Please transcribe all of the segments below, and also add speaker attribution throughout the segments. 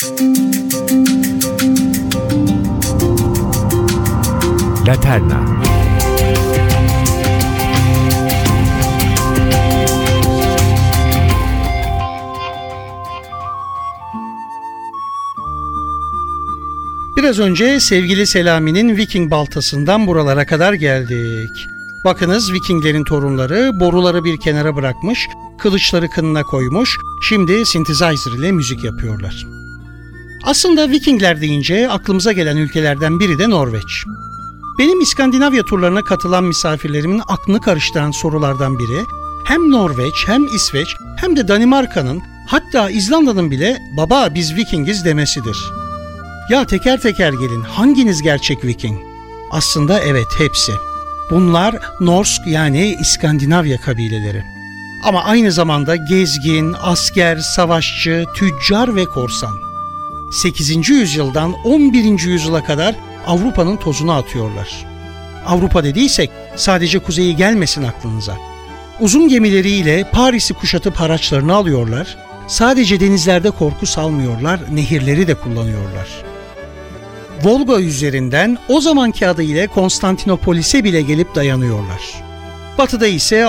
Speaker 1: Laterna.
Speaker 2: Biraz önce sevgili Selami'nin Viking baltasından buralara kadar geldik. Bakınız, Vikinglerin torunları boruları bir kenara bırakmış, kılıçları kınına koymuş, şimdi synthesizer ile müzik yapıyorlar. Aslında Vikingler deyince aklımıza gelen ülkelerden biri de Norveç. Benim İskandinavya turlarına katılan misafirlerimin aklını karıştıran sorulardan biri, hem Norveç hem İsveç hem de Danimarka'nın, hatta İzlanda'nın bile "Baba biz Vikingiz" demesidir. Ya teker teker gelin, hanginiz gerçek Viking? Aslında evet, hepsi. Bunlar Norsk yani İskandinavya kabileleri. Ama aynı zamanda gezgin, asker, savaşçı, tüccar ve korsan. 8. yüzyıldan 11. yüzyıla kadar Avrupa'nın tozunu atıyorlar. Avrupa dediysek sadece kuzeyi gelmesin aklınıza. Uzun gemileriyle Paris'i kuşatıp haraçlarını alıyorlar. Sadece denizlerde korku salmıyorlar, nehirleri de kullanıyorlar. Volga üzerinden o zamanki adıyla Konstantinopolis'e bile gelip dayanıyorlar. Batıda ise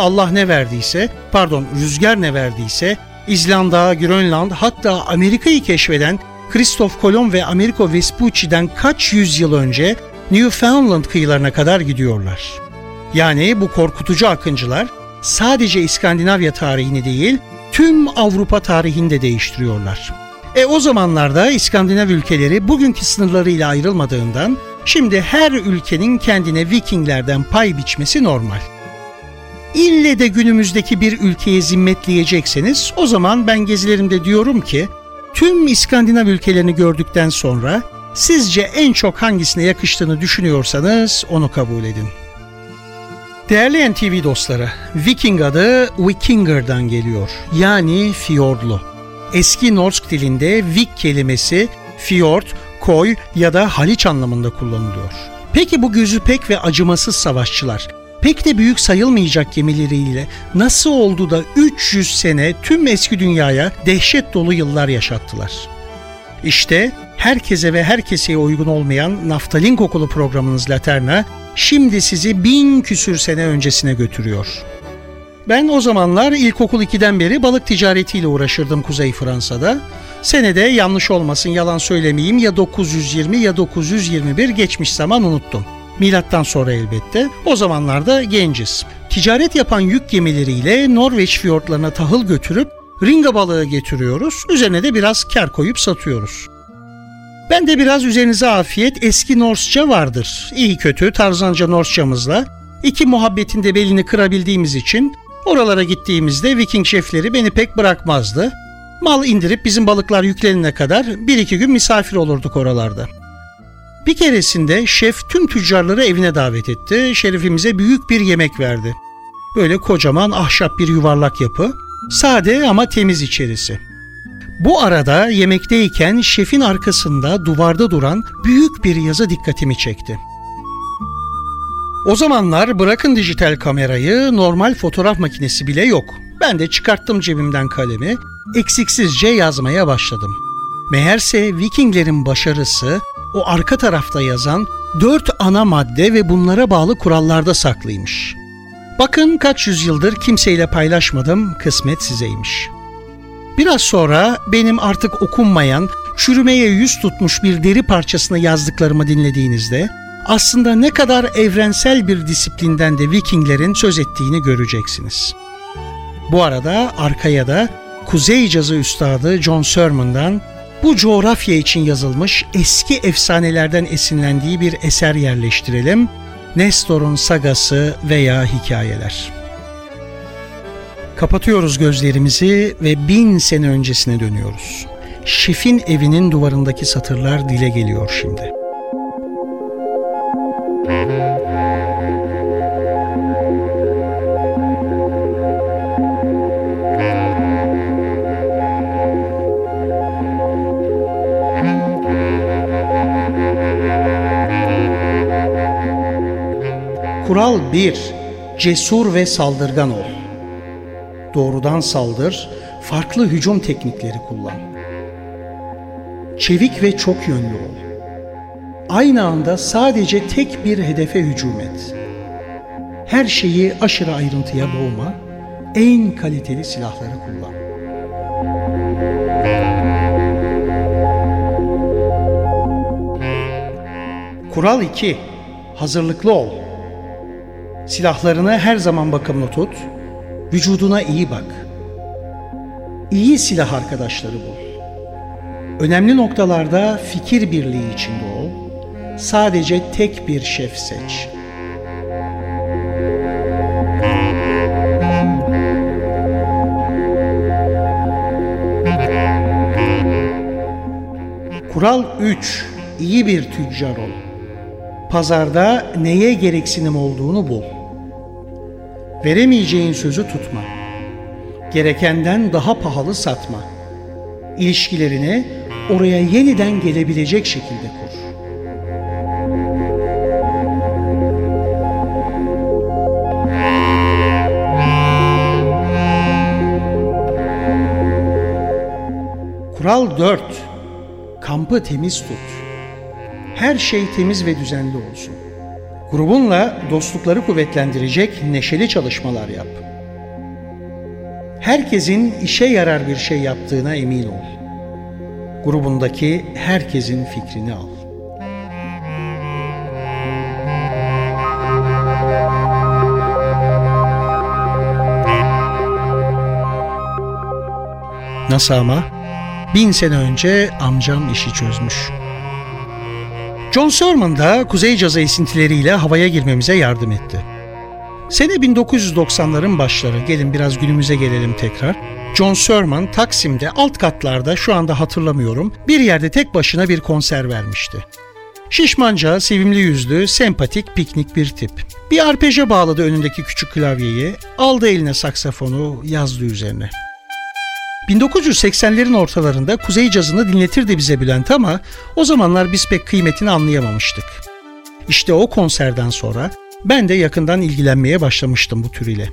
Speaker 2: rüzgar ne verdiyse İzlanda, Grönland, hatta Amerika'yı keşfeden Kristof Kolomb ve Amerigo Vespucci'den kaç yüzyıl önce Newfoundland kıyılarına kadar gidiyorlar. Yani bu korkutucu akıncılar sadece İskandinavya tarihini değil, tüm Avrupa tarihini de değiştiriyorlar. O zamanlarda İskandinav ülkeleri bugünkü sınırlarıyla ayrılmadığından şimdi her ülkenin kendine Vikinglerden pay biçmesi normal. İlle de günümüzdeki bir ülkeye zimmetleyecekseniz, o zaman ben gezilerimde diyorum ki tüm İskandinav ülkelerini gördükten sonra sizce en çok hangisine yakıştığını düşünüyorsanız onu kabul edin. Değerli NTV dostları, Viking adı Vikinger'dan geliyor, yani fiyordlu. Eski Norsk dilinde Vik kelimesi fjord, koy ya da haliç anlamında kullanılıyor. Peki bu gözü pek ve acımasız savaşçılar, pek de büyük sayılmayacak gemileriyle nasıl oldu da 300 sene tüm eski dünyaya dehşet dolu yıllar yaşattılar? İşte herkese ve herkeseye uygun olmayan naftalin kokulu programınız Laterna, şimdi sizi 1000 küsür sene öncesine götürüyor. Ben o zamanlar ilkokul 2'den beri balık ticaretiyle uğraşırdım Kuzey Fransa'da. Senede yanlış olmasın, yalan söylemeyeyim, ya 920 ya 921, geçmiş zaman unuttum. Milattan sonra elbette. O zamanlarda genciz. Ticaret yapan yük gemileriyle Norveç fiyortlarına tahıl götürüp ringa balığı getiriyoruz. Üzerine de biraz kar koyup satıyoruz. Ben de biraz üzerinize afiyet eski Norsça vardır. İyi kötü tarzanca Norsçamızla iki muhabbetin de belini kırabildiğimiz için oralara gittiğimizde Viking şefleri beni pek bırakmazdı. Mal indirip bizim balıklar yüklenene kadar 1-2 gün misafir olurduk oralarda. Bir keresinde şef tüm tüccarları evine davet etti. Şerefimize büyük bir yemek verdi. Böyle kocaman ahşap bir yuvarlak yapı. Sade ama temiz içerisi. Bu arada yemekteyken şefin arkasında duvarda duran büyük bir yazı dikkatimi çekti. O zamanlar bırakın dijital kamerayı, normal fotoğraf makinesi bile yok. Ben de çıkarttım cebimden kalemi, eksiksizce yazmaya başladım. Meğerse Vikinglerin başarısı o arka tarafta yazan 4 ana madde ve bunlara bağlı kurallarda saklıymış. Bakın kaç yüzyıldır kimseyle paylaşmadım, kısmet sizeymiş. Biraz sonra benim artık okunmayan, çürümeye yüz tutmuş bir deri parçasına yazdıklarımı dinlediğinizde aslında ne kadar evrensel bir disiplinden de Vikinglerin söz ettiğini göreceksiniz. Bu arada arkaya da Kuzey cazı üstadı John Sermon'dan bu coğrafya için yazılmış eski efsanelerden esinlendiği bir eser yerleştirelim. Nestor'un sagası veya hikayeler. Kapatıyoruz gözlerimizi ve 1000 sene öncesine dönüyoruz. Şefin evinin duvarındaki satırlar dile geliyor şimdi. Kural 1. Cesur ve saldırgan ol. Doğrudan saldır, farklı hücum teknikleri kullan. Çevik ve çok yönlü ol. Aynı anda sadece tek bir hedefe hücum et. Her şeyi aşırı ayrıntıya boğma, en kaliteli silahları kullan. Kural 2. Hazırlıklı ol. Silahlarını her zaman bakımlı tut, vücuduna iyi bak. İyi silah arkadaşları bul. Önemli noktalarda fikir birliği içinde ol. Sadece tek bir şef seç. Kural 3. İyi bir tüccar ol. Pazarda neye gereksinim olduğunu bul. Veremeyeceğin sözü tutma. Gerekenden daha pahalı satma. İlişkilerini oraya yeniden gelebilecek şekilde kur. Kural 4. Kampı temiz tut. Her şey temiz ve düzenli olsun. Grubunla dostlukları kuvvetlendirecek neşeli çalışmalar yap. Herkesin işe yarar bir şey yaptığına emin ol. Grubundaki herkesin fikrini al. Nasıl ama? 1000 sene önce amcam işi çözmüş. John Surman da Kuzey Cazı esintileriyle havaya girmemize yardım etti. Sene 1990'ların başları, gelin biraz günümüze gelelim tekrar. John Surman Taksim'de alt katlarda, şu anda hatırlamıyorum, bir yerde tek başına bir konser vermişti. Şişmanca, sevimli yüzlü, sempatik, piknik bir tip. Bir arpeja bağladı önündeki küçük klavyeyi, aldı eline saksafonu, yazdı üzerine. 1980'lerin ortalarında Kuzey Cazı'nı dinletirdi bize Bülent ama o zamanlar biz pek kıymetini anlayamamıştık. İşte o konserden sonra ben de yakından ilgilenmeye başlamıştım bu tür ile.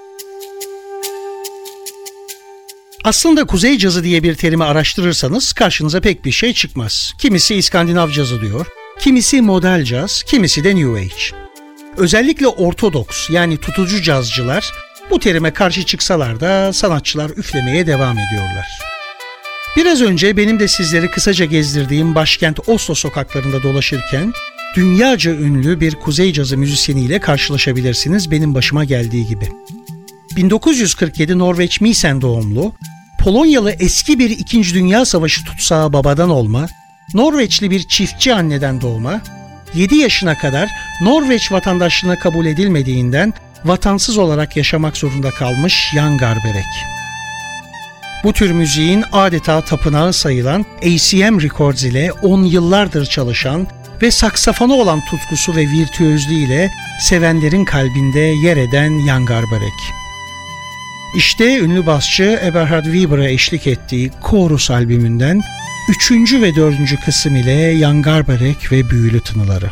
Speaker 2: Aslında Kuzey Cazı diye bir terimi araştırırsanız karşınıza pek bir şey çıkmaz. Kimisi İskandinav cazı diyor, kimisi modal caz, kimisi de New Age. Özellikle ortodoks yani tutucu cazcılar bu terime karşı çıksalar da sanatçılar üflemeye devam ediyorlar. Biraz önce benim de sizleri kısaca gezdirdiğim başkent Oslo sokaklarında dolaşırken dünyaca ünlü bir Kuzey Cazı müzisyeniyle karşılaşabilirsiniz benim başıma geldiği gibi. 1947 Norveç Misen doğumlu, Polonyalı eski bir 2. Dünya Savaşı tutsağı babadan olma, Norveçli bir çiftçi anneden doğma, 7 yaşına kadar Norveç vatandaşlığına kabul edilmediğinden vatansız olarak yaşamak zorunda kalmış Jan Garbarek. Bu tür müziğin adeta tapınağı sayılan ACM Records ile 10 yıllardır çalışan ve saksafona olan tutkusu ve virtüözlüğüyle sevenlerin kalbinde yer eden Jan Garbarek. İşte ünlü basçı Eberhard Weber'a eşlik ettiği Chorus albümünden 3. ve 4. kısım ile Jan Garbarek ve Büyülü Tınıları.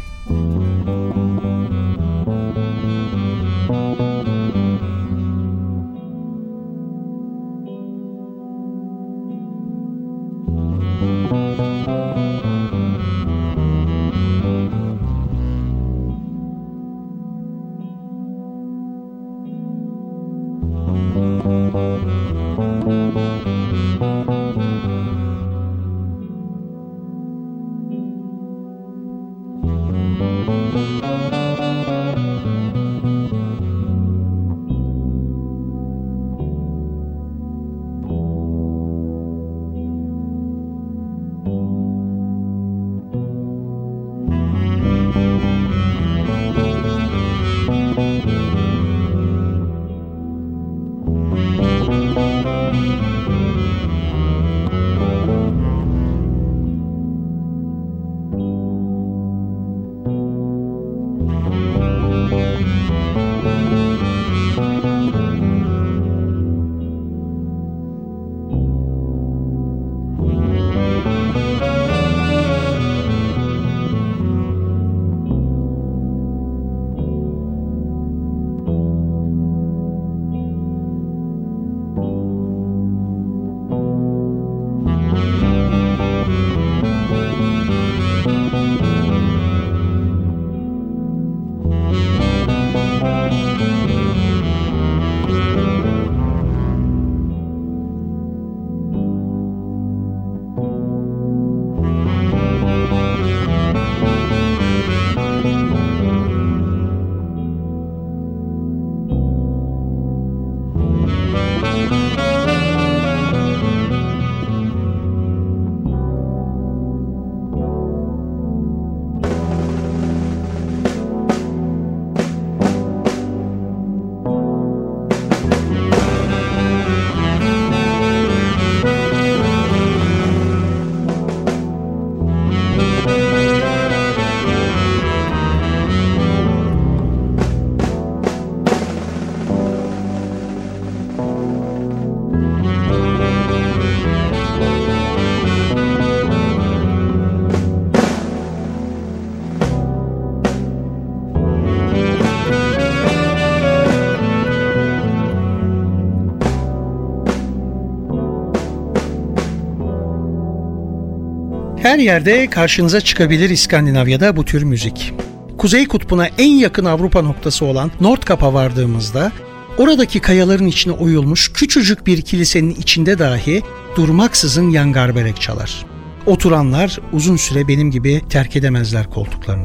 Speaker 2: Her yerde karşınıza çıkabilir İskandinavya'da bu tür müzik. Kuzey kutbuna en yakın Avrupa noktası olan Nordkap'a vardığımızda oradaki kayaların içine oyulmuş küçücük bir kilisenin içinde dahi durmaksızın yangarberek çalar. Oturanlar uzun süre benim gibi terk edemezler koltuklarını.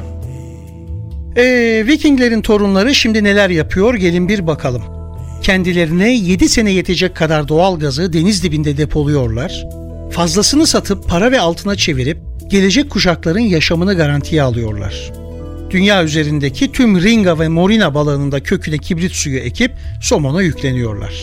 Speaker 2: Vikinglerin torunları şimdi neler yapıyor gelin bir bakalım. Kendilerine 7 sene yetecek kadar doğal gazı deniz dibinde depoluyorlar. Fazlasını satıp para ve altına çevirip gelecek kuşakların yaşamını garantiye alıyorlar. Dünya üzerindeki tüm ringa ve morina balığının da köküne kibrit suyu ekip somona yükleniyorlar.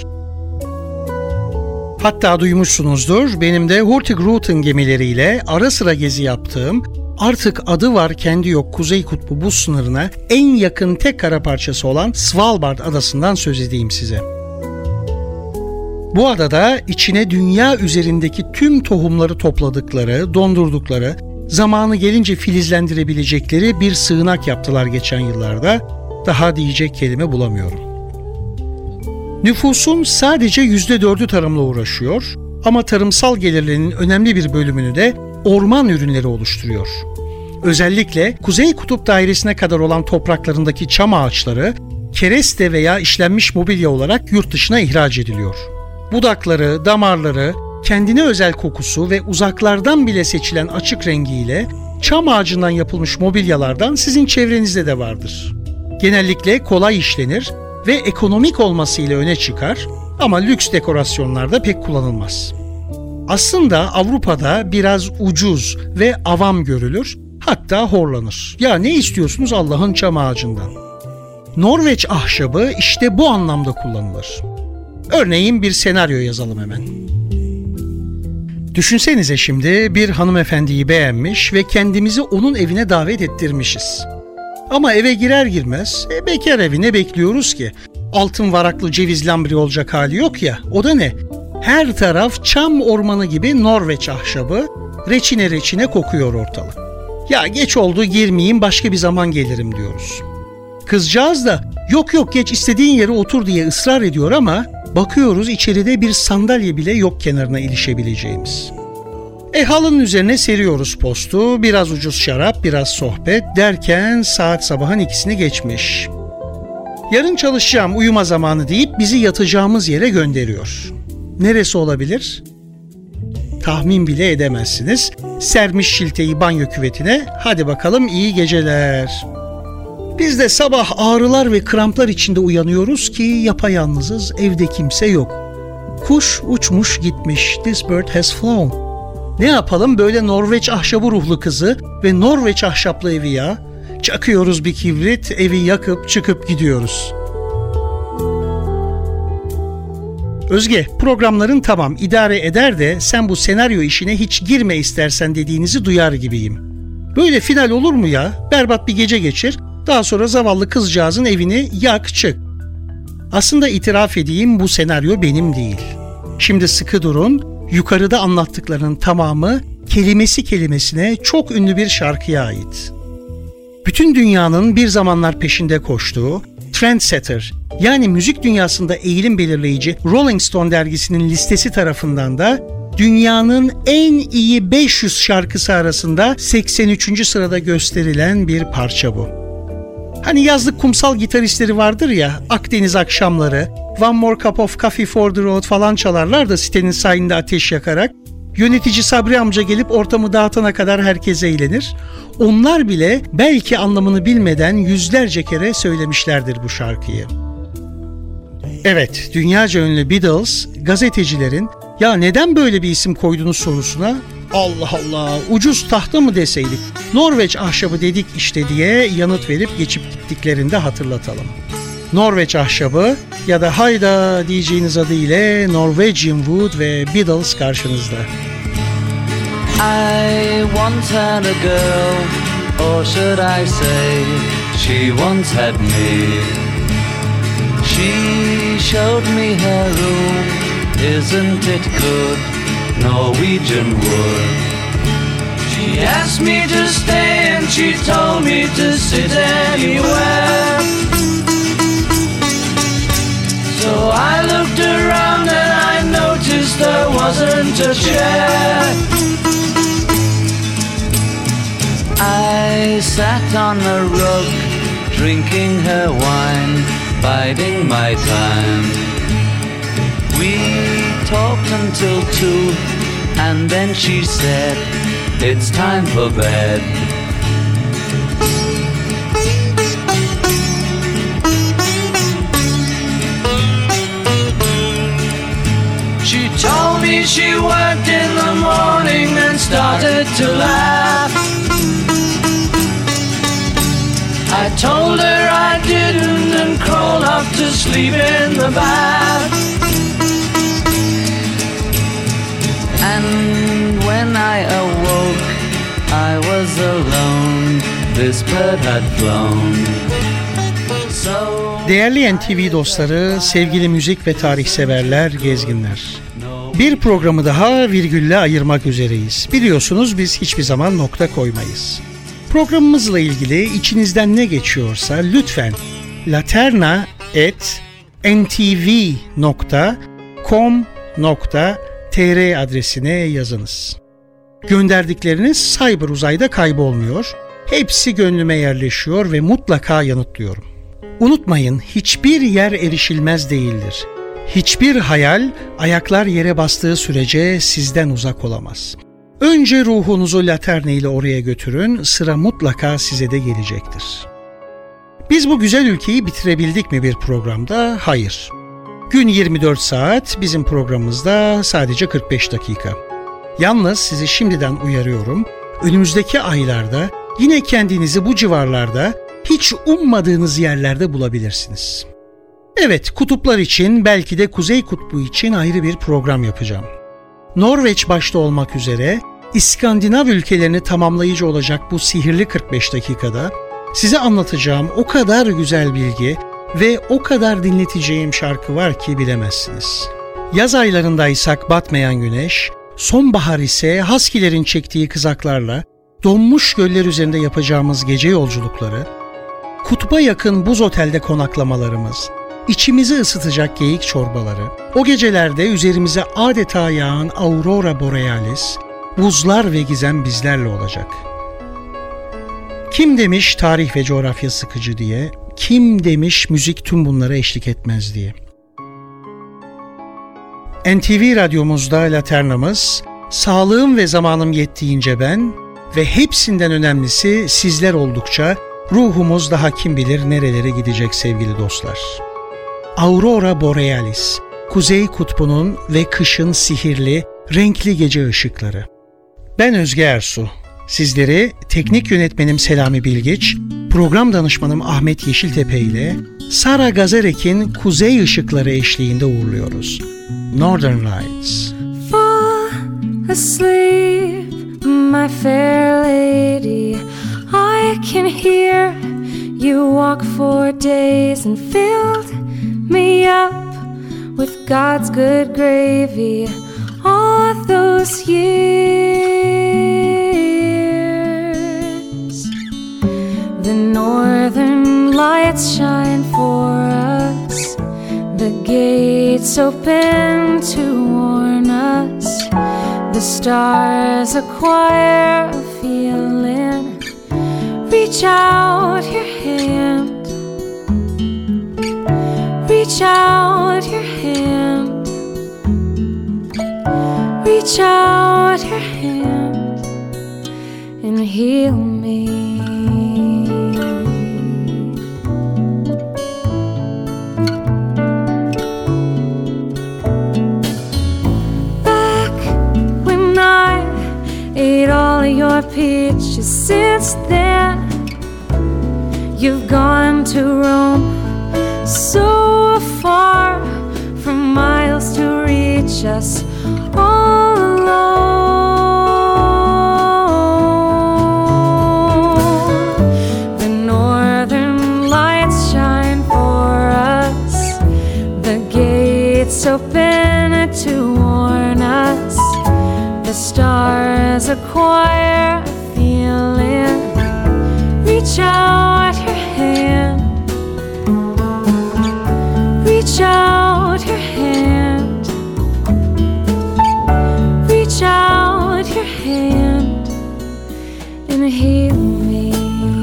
Speaker 2: Hatta duymuşsunuzdur, benim de Hurtigruten gemileriyle ara sıra gezi yaptığım, artık adı var kendi yok Kuzey Kutbu buz sınırına en yakın tek kara parçası olan Svalbard adasından söz edeyim size. Bu adada içine dünya üzerindeki tüm tohumları topladıkları, dondurdukları, zamanı gelince filizlendirebilecekleri bir sığınak yaptılar geçen yıllarda. Daha diyecek kelime bulamıyorum. Nüfusun sadece %4'ü tarımla uğraşıyor ama tarımsal gelirlerinin önemli bir bölümünü de orman ürünleri oluşturuyor. Özellikle Kuzey Kutup Dairesi'ne kadar olan topraklarındaki çam ağaçları kereste veya işlenmiş mobilya olarak yurt dışına ihraç ediliyor. Budakları, damarları, kendine özel kokusu ve uzaklardan bile seçilen açık rengiyle çam ağacından yapılmış mobilyalardan sizin çevrenizde de vardır. Genellikle kolay işlenir ve ekonomik olmasıyla öne çıkar ama lüks dekorasyonlarda pek kullanılmaz. Aslında Avrupa'da biraz ucuz ve avam görülür, hatta horlanır. Ya ne istiyorsunuz Allah'ın çam ağacından? Norveç ahşabı işte bu anlamda kullanılır. Örneğin bir senaryo yazalım hemen. Düşünsenize şimdi bir hanımefendiyi beğenmiş ve kendimizi onun evine davet ettirmişiz. Ama eve girer girmez bekar evine bekliyoruz ki altın varaklı ceviz lambri olacak hali yok ya, o da ne? Her taraf çam ormanı gibi Norveç ahşabı reçine reçine kokuyor ortalık. Ya geç oldu girmeyeyim başka bir zaman gelirim diyoruz. Kızcağız da yok geç istediğin yere otur diye ısrar ediyor ama bakıyoruz içeride bir sandalye bile yok kenarına ilişebileceğimiz. Halının üzerine seriyoruz postu, biraz ucuz şarap, biraz sohbet derken saat sabahın 2'sini geçmiş. Yarın çalışacağım, uyuma zamanı deyip bizi yatacağımız yere gönderiyor. Neresi olabilir? Tahmin bile edemezsiniz. Sermiş şilteyi banyo küvetine, hadi bakalım iyi geceler. Biz de sabah ağrılar ve kramplar içinde uyanıyoruz ki yapayalnızız, evde kimse yok. Kuş uçmuş gitmiş, this bird has flown. Ne yapalım böyle Norveç ahşabı ruhlu kızı ve Norveç ahşaplı evi ya? Çakıyoruz bir kibrit, evi yakıp çıkıp gidiyoruz. Özge, programların tamam idare eder de sen bu senaryo işine hiç girme istersen dediğinizi duyar gibiyim. Böyle final olur mu ya? Berbat bir gece geçir, daha sonra zavallı kızcağızın evini yak çık. Aslında itiraf edeyim bu senaryo benim değil. Şimdi sıkı durun, yukarıda anlattıklarının tamamı kelimesi kelimesine çok ünlü bir şarkıya ait. Bütün dünyanın bir zamanlar peşinde koştuğu Trendsetter, yani müzik dünyasında eğilim belirleyici Rolling Stone dergisinin listesi tarafından da dünyanın en iyi 500 şarkısı arasında 83. sırada gösterilen bir parça bu. Hani yazlık kumsal gitaristleri vardır ya, Akdeniz akşamları, One More Cup of Coffee for the Road falan çalarlar da sitenin sahilinde ateş yakarak. Yönetici Sabri amca gelip ortamı dağıtana kadar herkes eğlenir. Onlar bile belki anlamını bilmeden yüzlerce kere söylemişlerdir bu şarkıyı. Evet, dünyaca ünlü Beatles, gazetecilerin ya neden böyle bir isim koydunuz sorusuna Allah Allah ucuz tahta mı deseydik, Norveç ahşabı dedik işte diye yanıt verip geçip gittiklerini de hatırlatalım. Norveç ahşabı ya da hayda diyeceğiniz adı ile Norwegian Wood ve Beatles karşınızda.
Speaker 1: I once had a girl, or should I say, she once had me. She showed me her room, isn't it good, Norwegian wood. She asked me to stay and she told me to sit anywhere. So I looked around and I noticed there wasn't a chair. we sat on a rug, drinking her wine, biding my time. We talked until 2, and then she said, it's time for bed. She told me she worked in the morning and started to laugh. I told her I didn't and crawled off to sleep in the bath. And when I awoke, I was alone. This bird had flown.
Speaker 2: Değerli NTV dostları, sevgili müzik ve tarih severler, gezginler. Bir programı daha virgülle ayırmak üzereyiz. Biliyorsunuz biz hiçbir zaman nokta koymayız. Programımızla ilgili içinizden ne geçiyorsa lütfen laterna@ntv.com.tr adresine yazınız. Gönderdikleriniz cyber uzayda kaybolmuyor. Hepsi gönlüme yerleşiyor ve mutlaka yanıtlıyorum. Unutmayın, hiçbir yer erişilmez değildir. Hiçbir hayal ayaklar yere bastığı sürece sizden uzak olamaz. Önce ruhunuzu Laterne ile oraya götürün, sıra mutlaka size de gelecektir. Biz bu güzel ülkeyi bitirebildik mi bir programda? Hayır. Gün 24 saat, bizim programımızda sadece 45 dakika. Yalnız sizi şimdiden uyarıyorum, önümüzdeki aylarda yine kendinizi bu civarlarda, hiç ummadığınız yerlerde bulabilirsiniz. Evet, kutuplar için, belki de Kuzey Kutbu için ayrı bir program yapacağım. Norveç başta olmak üzere İskandinav ülkelerini tamamlayıcı olacak bu sihirli 45 dakikada size anlatacağım o kadar güzel bilgi ve o kadar dinleteceğim şarkı var ki bilemezsiniz. Yaz aylarındaysak batmayan güneş, sonbahar ise haskilerin çektiği kızaklarla donmuş göller üzerinde yapacağımız gece yolculukları, kutba yakın buz otelde konaklamalarımız, İçimizi ısıtacak geyik çorbaları, o gecelerde üzerimize adeta yağan Aurora Borealis, buzlar ve gizem bizlerle olacak. Kim demiş tarih ve coğrafya sıkıcı diye, kim demiş müzik tüm bunlara eşlik etmez diye. NTV radyomuzda Laternamız, sağlığım ve zamanım yettiğince ben ve hepsinden önemlisi sizler oldukça ruhumuz daha kim bilir nerelere gidecek sevgili dostlar. Aurora Borealis, Kuzey Kutbu'nun ve kışın sihirli, renkli gece ışıkları. Ben Özge Ersu. Sizleri teknik yönetmenim Selami Bilgiç, program danışmanım Ahmet Yeşiltepe ile Sara Gazarek'in Kuzey Işıkları eşliğinde uğurluyoruz. Northern Lights.
Speaker 3: Fall asleep, my fair lady. I can hear you walk for days and filled me up with God's good gravy all those years. The northern lights shine for us, the gates open to warn us, the stars a choir of feeling. Reach out your hand, reach out your hand, reach out your hand and heal me. Back when I ate all of your peaches, since then you've gone to Rome, so far from miles to reach us all alone. The northern lights shine for us, the gates open to warn us, the stars a choir of feeling. Reach out your hand, reach out your hand, reach out your hand and heal me.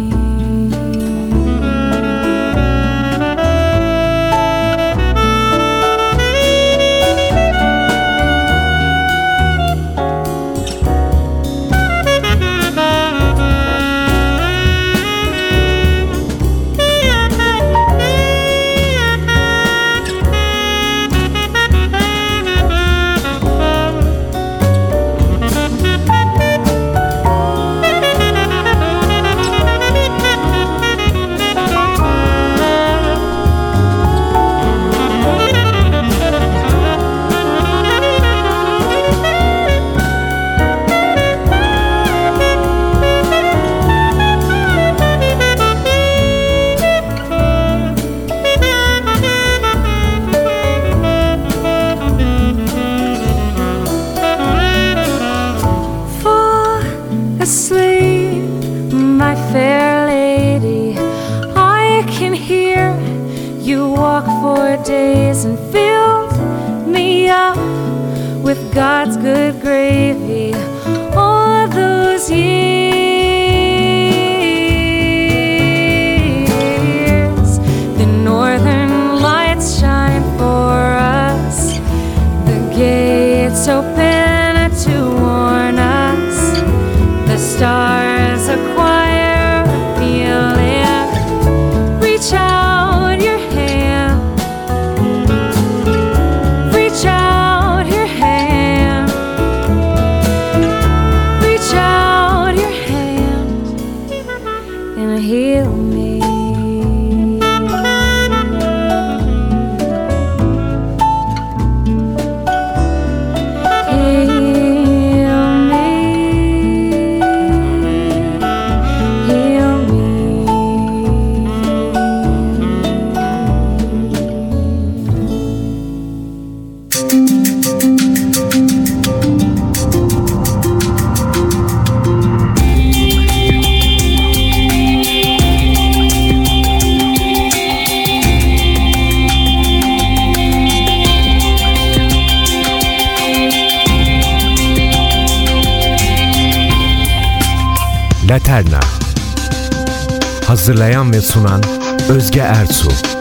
Speaker 3: asleep, my fair lady. I can hear you walk for days and filled me up with God's good gravy all those years. The northern lights shine for us, the gates open to warn us, the stars a choir feeling. Reach out your hand, reach out your hand, reach out your hand and heal me.
Speaker 4: Laterna. Hazırlayan ve sunan Özge Ertuğ.